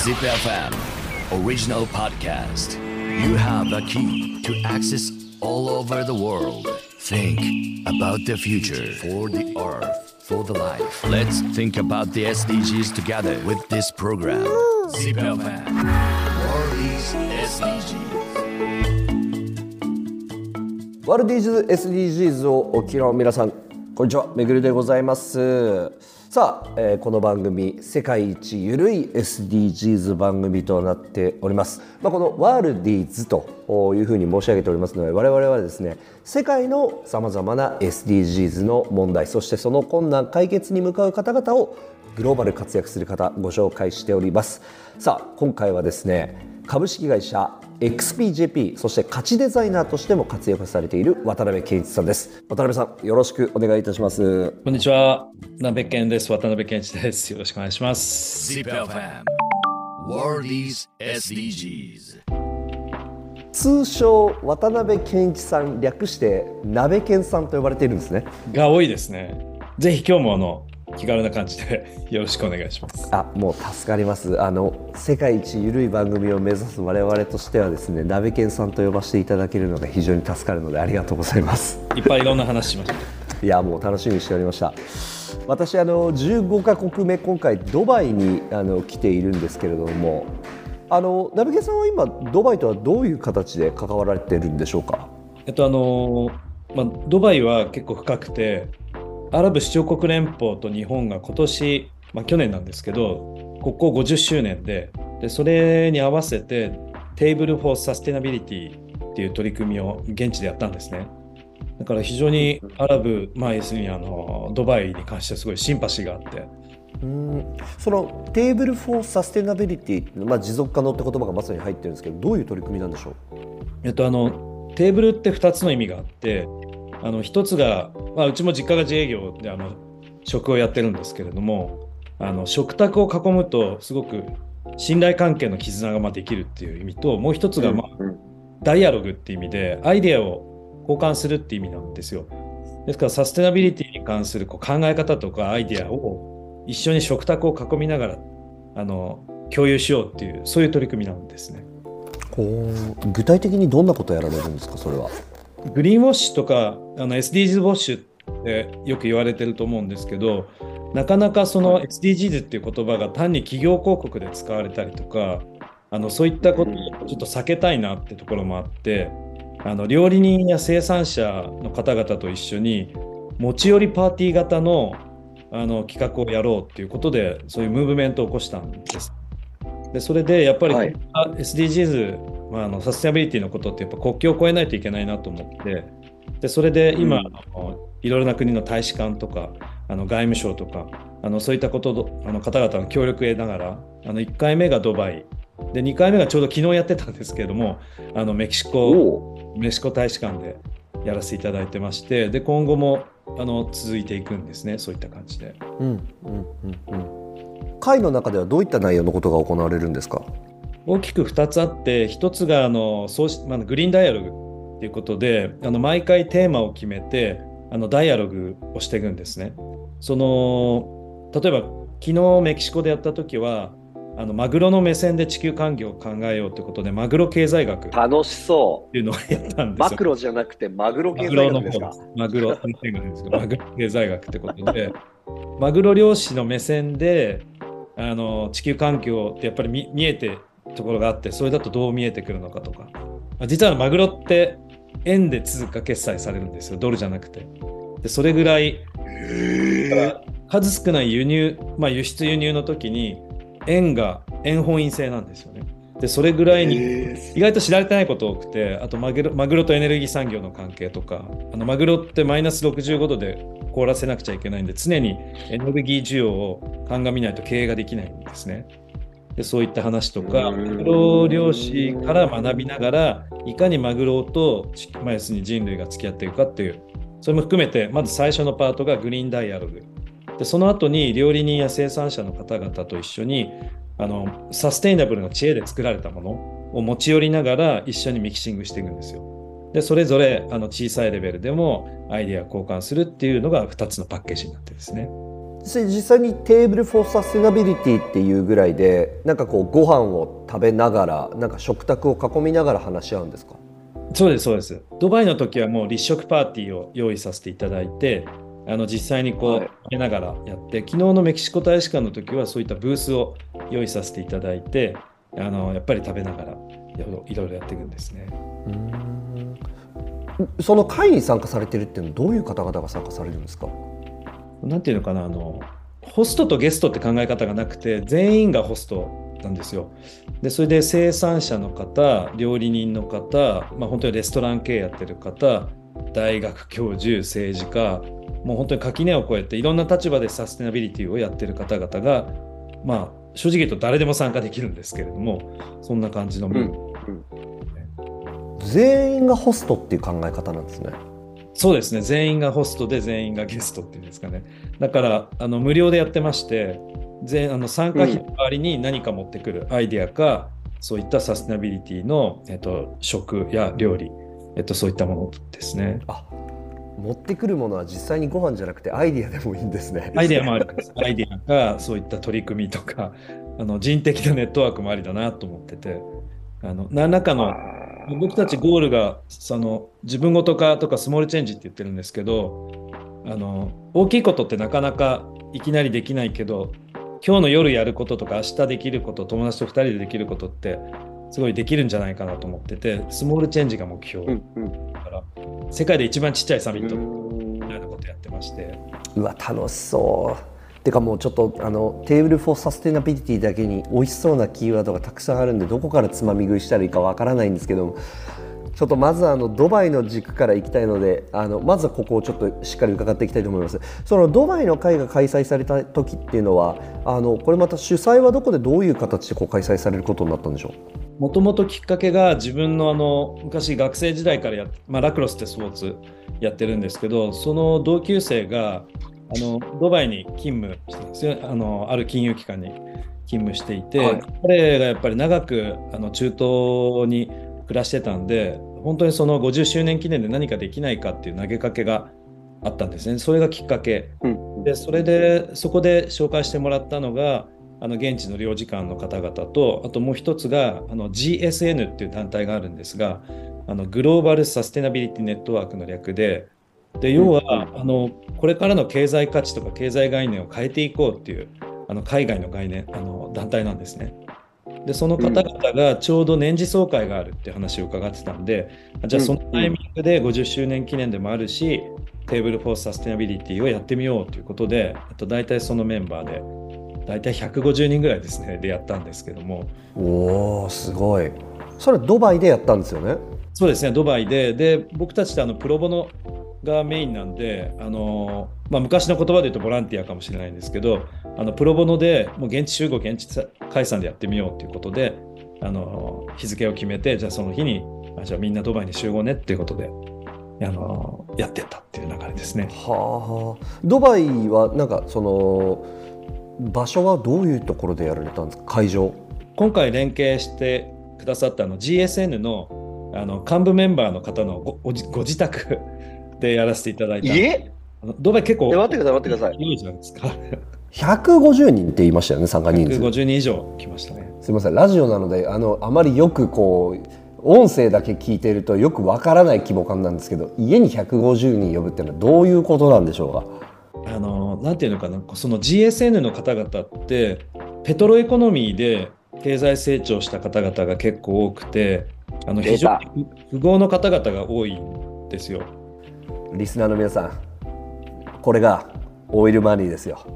Zip FM original podcast. You have the key to access all over the world. Think about the future for the earth, for the life. Let's think about the SDGs together with this program. Zip FM World is SDGs. ワールディーズ SDGs をお聞きの皆さん、こんにちは、めぐるでございます。さあ、この番組世界一ゆるい SDGs 番組となっております。このワールディーズというふうに申し上げておりますので、我々はですね、世界のさまざまな SDGs の問題、そしてその困難解決に向かう方々をグローバル活躍する方ご紹介しております。さあ、今回はですね、株式会社XPJP、 そして価値デザイナーとしても活躍されている渡辺健一さんです。渡辺さん、よろしくお願いいたします。 こんにちは、渡辺健です。渡辺健一です。よろしくお願いします。 ZIPFM World is SDGs。 通称渡辺健一さん、略して鍋健さんと呼ばれているんですね。 が多いですね。ぜひ今日も気軽な感じでよろしくお願いします。 もう助かります。世界一ゆるい番組を目指す我々としてはですね、鍋健さんと呼ばせていただけるのが非常に助かるのでありがとうございます。 いっぱいいろんな話しました。 いや、もう楽しみにしておりました。私15カ国目、今回ドバイに来ているんですけれども、鍋健さんは今ドバイとはどういう形で関わられているんでしょうか。 ドバイは結構深くて、アラブ首長国連邦と日本が今年、去年なんですけど、国交50周年で、それに合わせてテーブル・フォー・サステナビリティっていう取り組みを現地でやったんですね。だから非常にアラブ、要するにドバイに関してはすごいシンパシーがあって、 そのテーブル・フォー・サステナビリティ、持続可能って言葉がまさに入ってるんですけど、どういう取り組みなんでしょう。 テーブルって2つの意味があって、一つが、うちも実家が自営業で食をやってるんですけれども、食卓を囲むとすごく信頼関係の絆ができるっていう意味と、もう一つが、ダイアログっていう意味でアイデアを交換するっていう意味なんですよ。ですからサステナビリティに関する考え方とかアイデアを一緒に食卓を囲みながら共有しようっていう、そういう取り組みなんですね。 具体的にどんなことをやられるんですか。それはグリーンウォッシュとかSDGs ウォッシュってよく言われてると思うんですけど、なかなかその SDGs っていう言葉が単に企業広告で使われたりとか、そういったことをちょっと避けたいなってところもあって、料理人や生産者の方々と一緒に持ち寄りパーティー型の企画をやろうっていうことで、そういうムーブメントを起こしたんです。でそれでやっぱり、SDGs、サステナビリティのことってやっぱ国境を越えないといけないなと思って、でそれで今、いろいろな国の大使館とか外務省とかそういったこと方々の協力を得ながら、1回目がドバイで、2回目がちょうど昨日やってたんですけれども、メキシコ大使館でやらせていただいてまして、で今後も続いていくんですね、そういった感じで。 会の中ではどういった内容のことが行われるんですか。 大きく2つあって、1つがグリーンダイアログということで、毎回テーマを決めてダイアログをしていくんですね。例えば昨日メキシコでやった時はマグロの目線で地球環境を考えようということで、マグロ経済学楽しそうっていうのをやったんですよ。 マクロじゃなくてマグロ経済学ですか。 マグロ経済学ってことでマグロ漁師の目線で地球環境ってやっぱり見えてるところがあって、それだとどう見えてくるのかとか、実はマグロって円で通貨決済されるんですよ、ドルじゃなくて。でそれぐらいだから数少ない輸入、輸出輸入の時に円本位制なんですよね。でそれぐらいに意外と知られてないこと多くて、あとマグロとエネルギー産業の関係とか、マグロってマイナス65度で凍らせなくちゃいけないんで、常にエネルギー需要を鑑みないと経営ができないんですね。でそういった話とか、マグロ漁師から学びながらいかにマグロと要するに人類が付き合っていくかっていう、それも含めて、まず最初のパートがグリーンダイアログで、その後に料理人や生産者の方々と一緒にサステイナブルな知恵で作られたものを持ち寄りながら一緒にミキシングしていくんですよ。でそれぞれ小さいレベルでもアイデア交換するっていうのが2つのパッケージになってですね。 実際にテーブルフォーサステナビリティっていうぐらいでなんかこうご飯を食べながらなんか食卓を囲みながら話し合うんですか？ そうです、そうです。ドバイの時はもう立食パーティーを用意させていただいて、実際にこう、 はい食べながらやって、昨日のメキシコ大使館の時はそういったブースを用意させていただいて、やっぱり食べながらいろいろやっていくんですね。 その会に参加されてるっていうのはどういう方々が参加されるんですか？ なんていうのかな、ホストとゲストって考え方がなくて、全員がホストなんですよ。で、それで生産者の方、料理人の方、本当にレストラン系やってる方、大学教授、政治家、もう本当に垣根を越えていろんな立場でサステナビリティをやってる方々が、正直言うと誰でも参加できるんですけれども、そんな感じのメンバー、 全員がホストっていう考え方なんですね。 そうですね、全員がホストで全員がゲストっていうんですかね。だから無料でやってまして、参加費の代わりに何か持ってくるアイデアか、そういったサステナビリティの、食や料理、そういったものですね。 持ってくるものは実際にご飯じゃなくてアイデアでもいいんですね。 アイデアもあります。アイデアかそういった取り組みとか人的なネットワークもありだなと思ってて、何らかの僕たちゴールが自分ごと化とかスモールチェンジって言ってるんですけど、大きいことってなかなかいきなりできないけど、今日の夜やることとか明日できること、友達と2人でできることってすごいできるんじゃないかなと思ってて、スモールチェンジが目標だから、世界で一番ちっちゃいサミットみたいなことやってまして。 うわ楽しそう。てかもうちょっとテーブルフォーサステナビリティだけに美味しそうなキーワードがたくさんあるんで、どこからつまみ食いしたらいいかわからないんですけども、ちょっとまずドバイの軸からいきたいので、まずはここをちょっとしっかり伺っていきたいと思います。そのドバイの会が開催された時っていうのはこれまた主催はどこでどういう形でこう開催されることになったんでしょう？ もともときっかけが自分の昔学生時代からラクロスってスポーツやってるんですけど、その同級生がドバイに勤務してたんですよ。ある金融機関に勤務していて、彼がやっぱり長く中東に暮らしてたんで、本当にその50周年記念で何かできないかっていう投げかけがあったんですね。それがきっかけで、そこで紹介してもらったのが現地の領事館の方々と、あともう一つがGSN っていう団体があるんですが、グローバルサステナビリティネットワークの略で、要はこれからの経済価値とか経済概念を変えていこうっていう海外の概念団体なんですね。でその方々がちょうど年次総会があるって話を伺ってたんで、じゃあそのタイミングで50周年記念でもあるし、テーブルフォーサステナビリティをやってみようということで、大体そのメンバーで大体150人ぐらいですねでやったんですけども。 おーすごい。それドバイでやったんですよね？ そうですね、ドバイで僕たちってプロボノがメインなんで、昔の言葉で言うとボランティアかもしれないんですけど、プロボノでもう現地集合現地解散でやってみようということで日付を決めて、じゃあその日にじゃあみんなドバイに集合ねっていうことでやってたっていう流れですね。 ドバイはなんかその場所はどういうところでやられたんですか？会場。今回連携してくださったGSN の幹部メンバーの方のご自宅でやらせていただいた。ドバイ結構待ってください。 いいじゃないですか。 150人って言いましたよね、参加人数。 150人以上来ましたね。 すみません、ラジオなのであまりよくこう音声だけ聞いているとよくわからない規模感なんですけど、家に150人呼ぶっていうのはどういうことなんでしょうか？ なんていうのかな、その GSN の方々ってペトロエコノミーで経済成長した方々が結構多くて、非常に富豪の方々が多いんですよ。 リスナーの皆さん、これがオイルマニーですよ。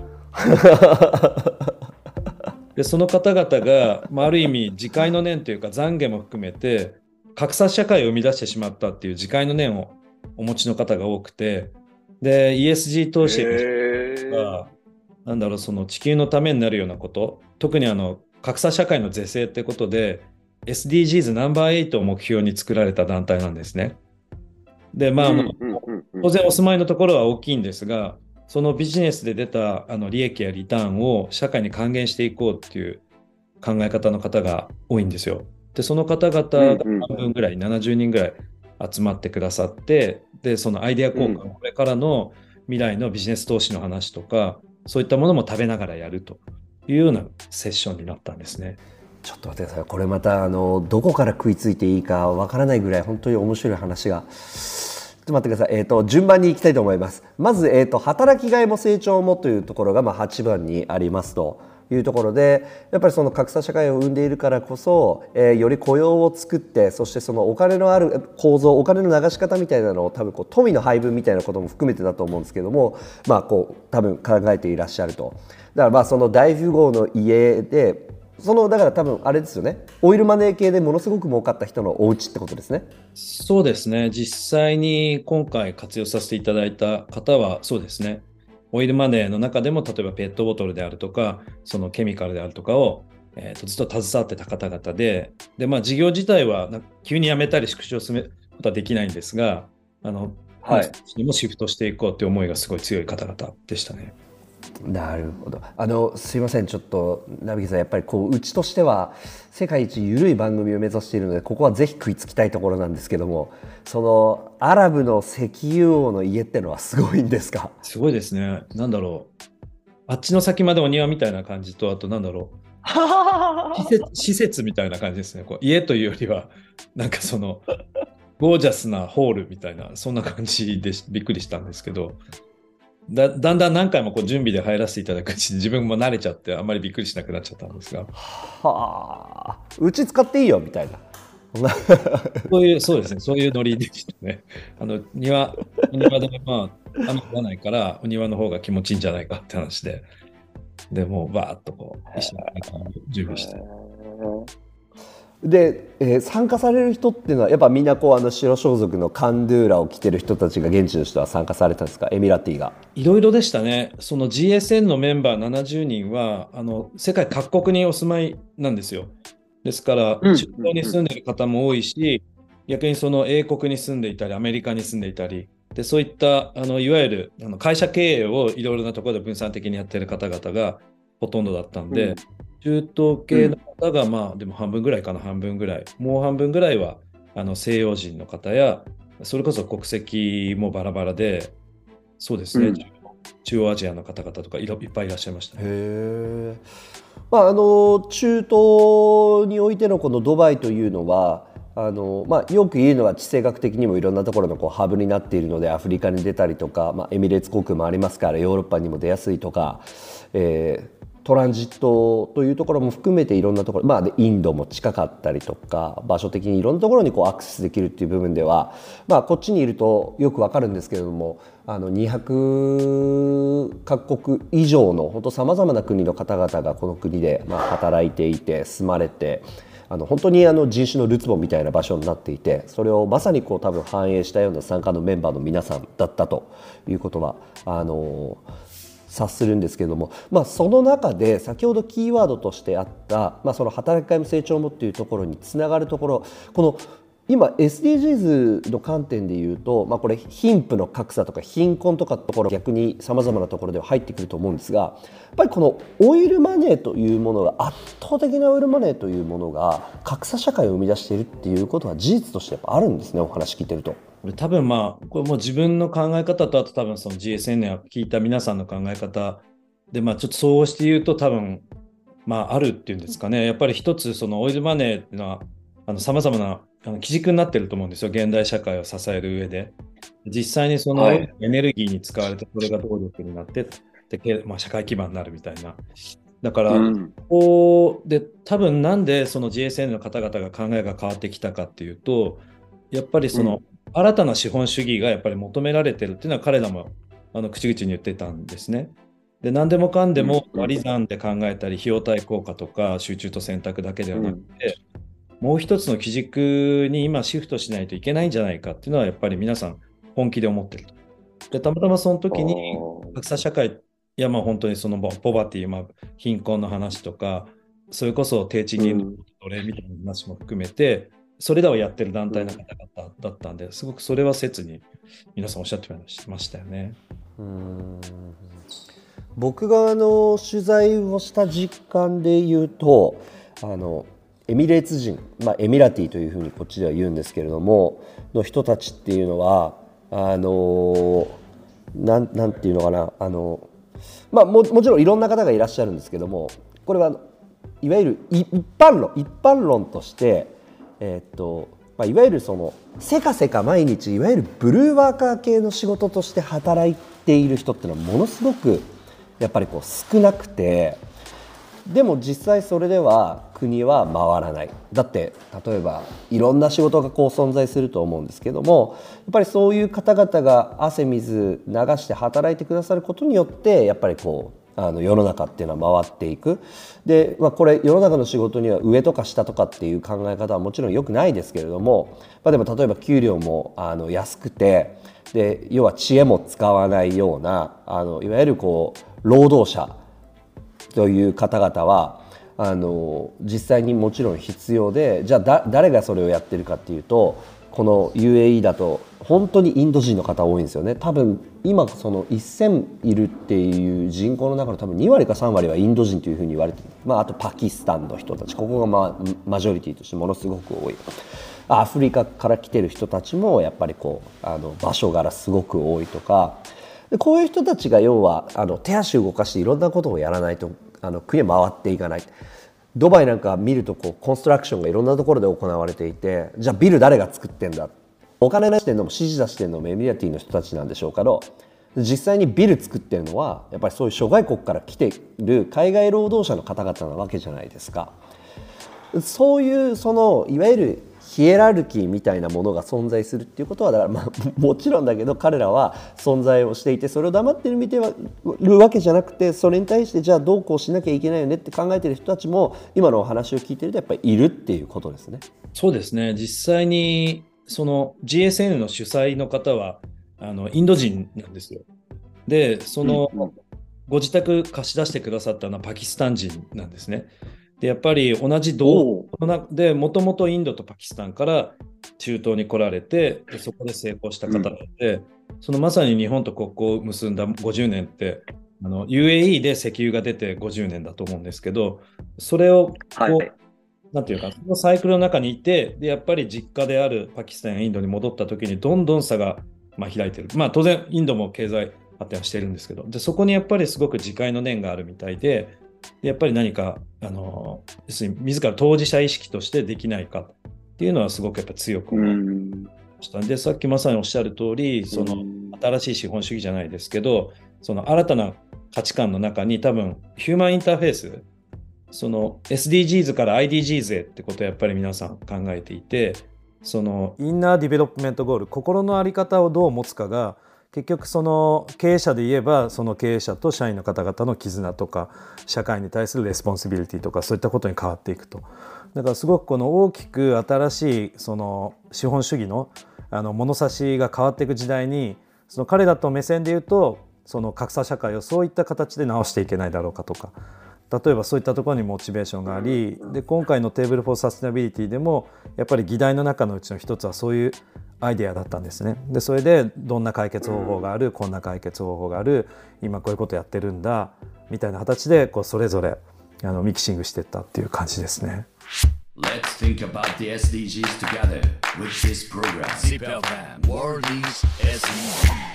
でその方々が、ある意味自戒の念というか懺悔も含めて格差社会を生み出してしまったっていう自戒の念をお持ちの方が多くて、で ESG 投資がその地球のためになるようなこと、特に格差社会の是正ってことで SDGs ナンバー8を目標に作られた団体なんですね。で当然お住まいのところは大きいんですが、そのビジネスで出た利益やリターンを社会に還元していこうっていう考え方の方が多いんですよ。でその方々が半分ぐらい、70人ぐらい集まってくださって、でそのアイデア交換、これからの未来のビジネス投資の話とか、 そういったものも食べながらやるというようなセッションになったんですね。 ちょっと待ってください。これまたどこから食いついていいかわからないぐらい本当に面白い話が。ちょっと待ってください。順番に行きたいと思います。まず、働きがいも成長もというところが、8番にありますというところで、やっぱりその格差社会を生んでいるからこそ、より雇用を作って、そしてそのお金のある構造、お金の流し方みたいなのを多分富の配分みたいなことも含めてだと思うんですけども、多分考えていらっしゃると。だからその大富豪の家で、だから多分あれですよね、オイルマネー系でものすごく儲かった人のお家ってことですね。 そうですね。実際に今回活用させていただいた方はそうですね。オイルマネーの中でも例えばペットボトルであるとか、そのケミカルであるとかを、ずっと携わってた方々で、事業自体は急にやめたり縮小することはできないんですが、 はい、 にもシフトしていこうという思いがすごい強い方々でしたね。 なるほど。すいません、ちょっとナビゲさん、やっぱりうちとしては世界一緩い番組を目指しているので、ここはぜひ食いつきたいところなんですけども、そのアラブの石油王の家ってのはすごいんですか？ すごいですね。なんだろう。あっちの先までお庭みたいな感じと、あとなんだろう。施設みたいな感じですね。家というよりは、そのゴージャスなホールみたいな、そんな感じでびっくりしたんですけど、だんだん何回も準備で入らせていただくうちに自分も慣れちゃってあんまりびっくりしなくなっちゃったんですが。 はあ、うち使っていいよみたいな。 そうですね、そういうノリでしたね。お庭で雨降らないからお庭の方が気持ちいいんじゃないかって話で、でもうバーッと一緒に準備して。 で、参加される人っていうのはやっぱみんな白装束のカンドゥーラを着てる人たちが現地の人は参加されたんですか？エミラティが。 いろいろでしたね。その GSN のメンバー70人は世界各国にお住まいなんですよ。ですから中東に住んでる方も多いし、逆にその英国に住んでいたりアメリカに住んでいたりで、そういったいわゆる会社経営をいろいろなところで分散的にやってる方々がほとんどだったんで、中東系の方がでも半分ぐらいかな、半分ぐらい、もう半分ぐらいは西洋人の方や、それこそ国籍もバラバラで、そうですね、中央アジアの方々とかいっぱいいらっしゃいましたね。 へ中東においてのこのドバイというのはよく言うのは地政学的にもいろんなところのハブになっているので、アフリカに出たりとか、エミレーツ航空もありますからヨーロッパにも出やすいとか、トランジットというところも含めていろんなところ、でインドも近かったりとか、場所的にいろんなところにアクセスできるっていう部分では、こっちにいるとよくわかるんですけれども、200カ国以上の本当さまざまな国の方々がこの国で働いていて住まれて、本当に人種のるつぼみたいな場所になっていて、それをまさに多分反映したような参加のメンバーの皆さんだったということは察するんですけれども、その中で先ほどキーワードとしてあった、その働きがいも成長もっていうところにつながるところ、この今 SDGs の観点でいうと、これ貧富の格差とか貧困とかところ逆にさまざまなところでは入ってくると思うんですが、やっぱりこのオイルマネーというものが、圧倒的なオイルマネーというものが格差社会を生み出しているっていうことは事実としてやっぱあるんですね、お話聞いてると。 これ多分これもう自分の考え方と、あと多分その GSN や聞いた皆さんの考え方で、ちょっと総合して言うと多分あるっていうんですかね。やっぱり一つそのオイルマネーっていうのはさまざまな基軸になってると思うんですよ、現代社会を支える上で。実際にそのエネルギーに使われて、それが動力になって社会基盤になるみたいな。だから、で多分なんでその GSN の方々が考えが変わってきたかっていうと、やっぱりその新たな資本主義がやっぱり求められてるっていうのは彼らも口々に言ってたんですね。で何でもかんでも割り算で考えたり、費用対効果とか集中と選択だけではなくて、もう一つの基軸に今シフトしないといけないんじゃないかっていうのはやっぱり皆さん本気で思ってると。でたまたまその時に格差社会や本当にそのポバティ、貧困の話とか、それこそ低賃金の奴隷みたいな話も含めて、それらをやってる団体の方々だったんで、すごくそれは切に皆さんおっしゃってましたよね。 僕が取材をした実感で言うと、エミレーツ人、エミラティというふうにこっちでは言うんですけれどもの人たちっていうのはなんていうのかな、 もちろんいろんな方がいらっしゃるんですけども、これはいわゆる一般論として、いわゆるそのせかせか毎日いわゆるブルーワーカー系の仕事として働いている人っていうのはものすごくやっぱりこう少なくて、でも実際それでは国は回らない。だって例えばいろんな仕事がこう存在すると思うんですけども、やっぱりそういう方々が汗水流して働いてくださることによってやっぱりこう世の中っていうのは回っていく。で、これ世の中の仕事には上とか下とかっていう考え方はもちろん良くないですけれども、でも例えば給料も安くて、で要は知恵も使わないようないわゆるこう労働者という方々は実際にもちろん必要で、じゃあ誰がそれをやってるかっていうと、この UAE だと本当にインド人の方多いんですよね。多分今その1000いるっていう人口の中の多分2割か3割はインド人というふうに言われている、あとパキスタンの人たち、ここがマジョリティとしてものすごく多い。アフリカから来てる人たちもやっぱりこう場所柄すごく多いとか、でこういう人たちが要は手足を動かしていろんなことをやらないと国は回っていかない。ドバイなんか見るとこうコンストラクションがいろんなところで行われていて、じゃあビル誰が作ってんだ、お金出してんのも指示出してんのもエミリアティの人たちなんでしょうけど、実際にビル作ってるのはやっぱりそういう諸外国から来ている海外労働者の方々なわけじゃないですか。そういうそのいわゆるヒエラルキーみたいなものが存在するっていうことは、だからもちろんだけど彼らは存在をしていて、それを黙って見てるわけじゃなくて、それに対してじゃあどうこうしなきゃいけないよねって考えてる人たちも今のお話を聞いてるとやっぱりいるっていうことですね。 そうですね。実際にその GSN の主催の方はインド人なんですよ。でその、ご自宅貸し出してくださったのはパキスタン人なんですね。でやっぱり同じ同でもともとインドとパキスタンから中東に来られて、でそこで成功した方なので、そのまさに日本と国交を結んだ50年ってUAE で石油が出て50年だと思うんですけど、それをこう、なんていうかそのサイクルの中にいて、でやっぱり実家であるパキスタンやインドに戻った時にどんどん差が開いてる。当然インドも経済発展はしてるんですけど、でそこにやっぱりすごく自戒の念があるみたいで、やっぱり何か要するに自ら当事者意識としてできないかっていうのはすごくやっぱ強く思いました。でさっきまさにおっしゃる通り、その新しい資本主義じゃないですけど、その新たな価値観の中に多分ヒューマンインターフェース、その SDGs から IDGs へってことをやっぱり皆さん考えていて、そのインナーディベロップメントゴール、心の在り方をどう持つかが結局その経営者で言えばその経営者と社員の方々の絆とか社会に対するレスポンシビリティとかそういったことに変わっていくと。だからすごくこの大きく新しいその資本主義の物差しが変わっていく時代に、その彼らと目線で言うとその格差社会をそういった形で直していけないだろうかとか、例えばそういったところにモチベーションがあり、で今回のテーブル・フォー・サステナビリティでもやっぱり議題の中のうちの一つはそういうアイデアだったんですね。でそれでどんな解決方法がある、こんな解決方法がある、今こういうことやってるんだみたいな形でこうそれぞれミキシングしていったっていう感じですね。 Let's think about the SDGs together with this program. CPFM World is SDGs.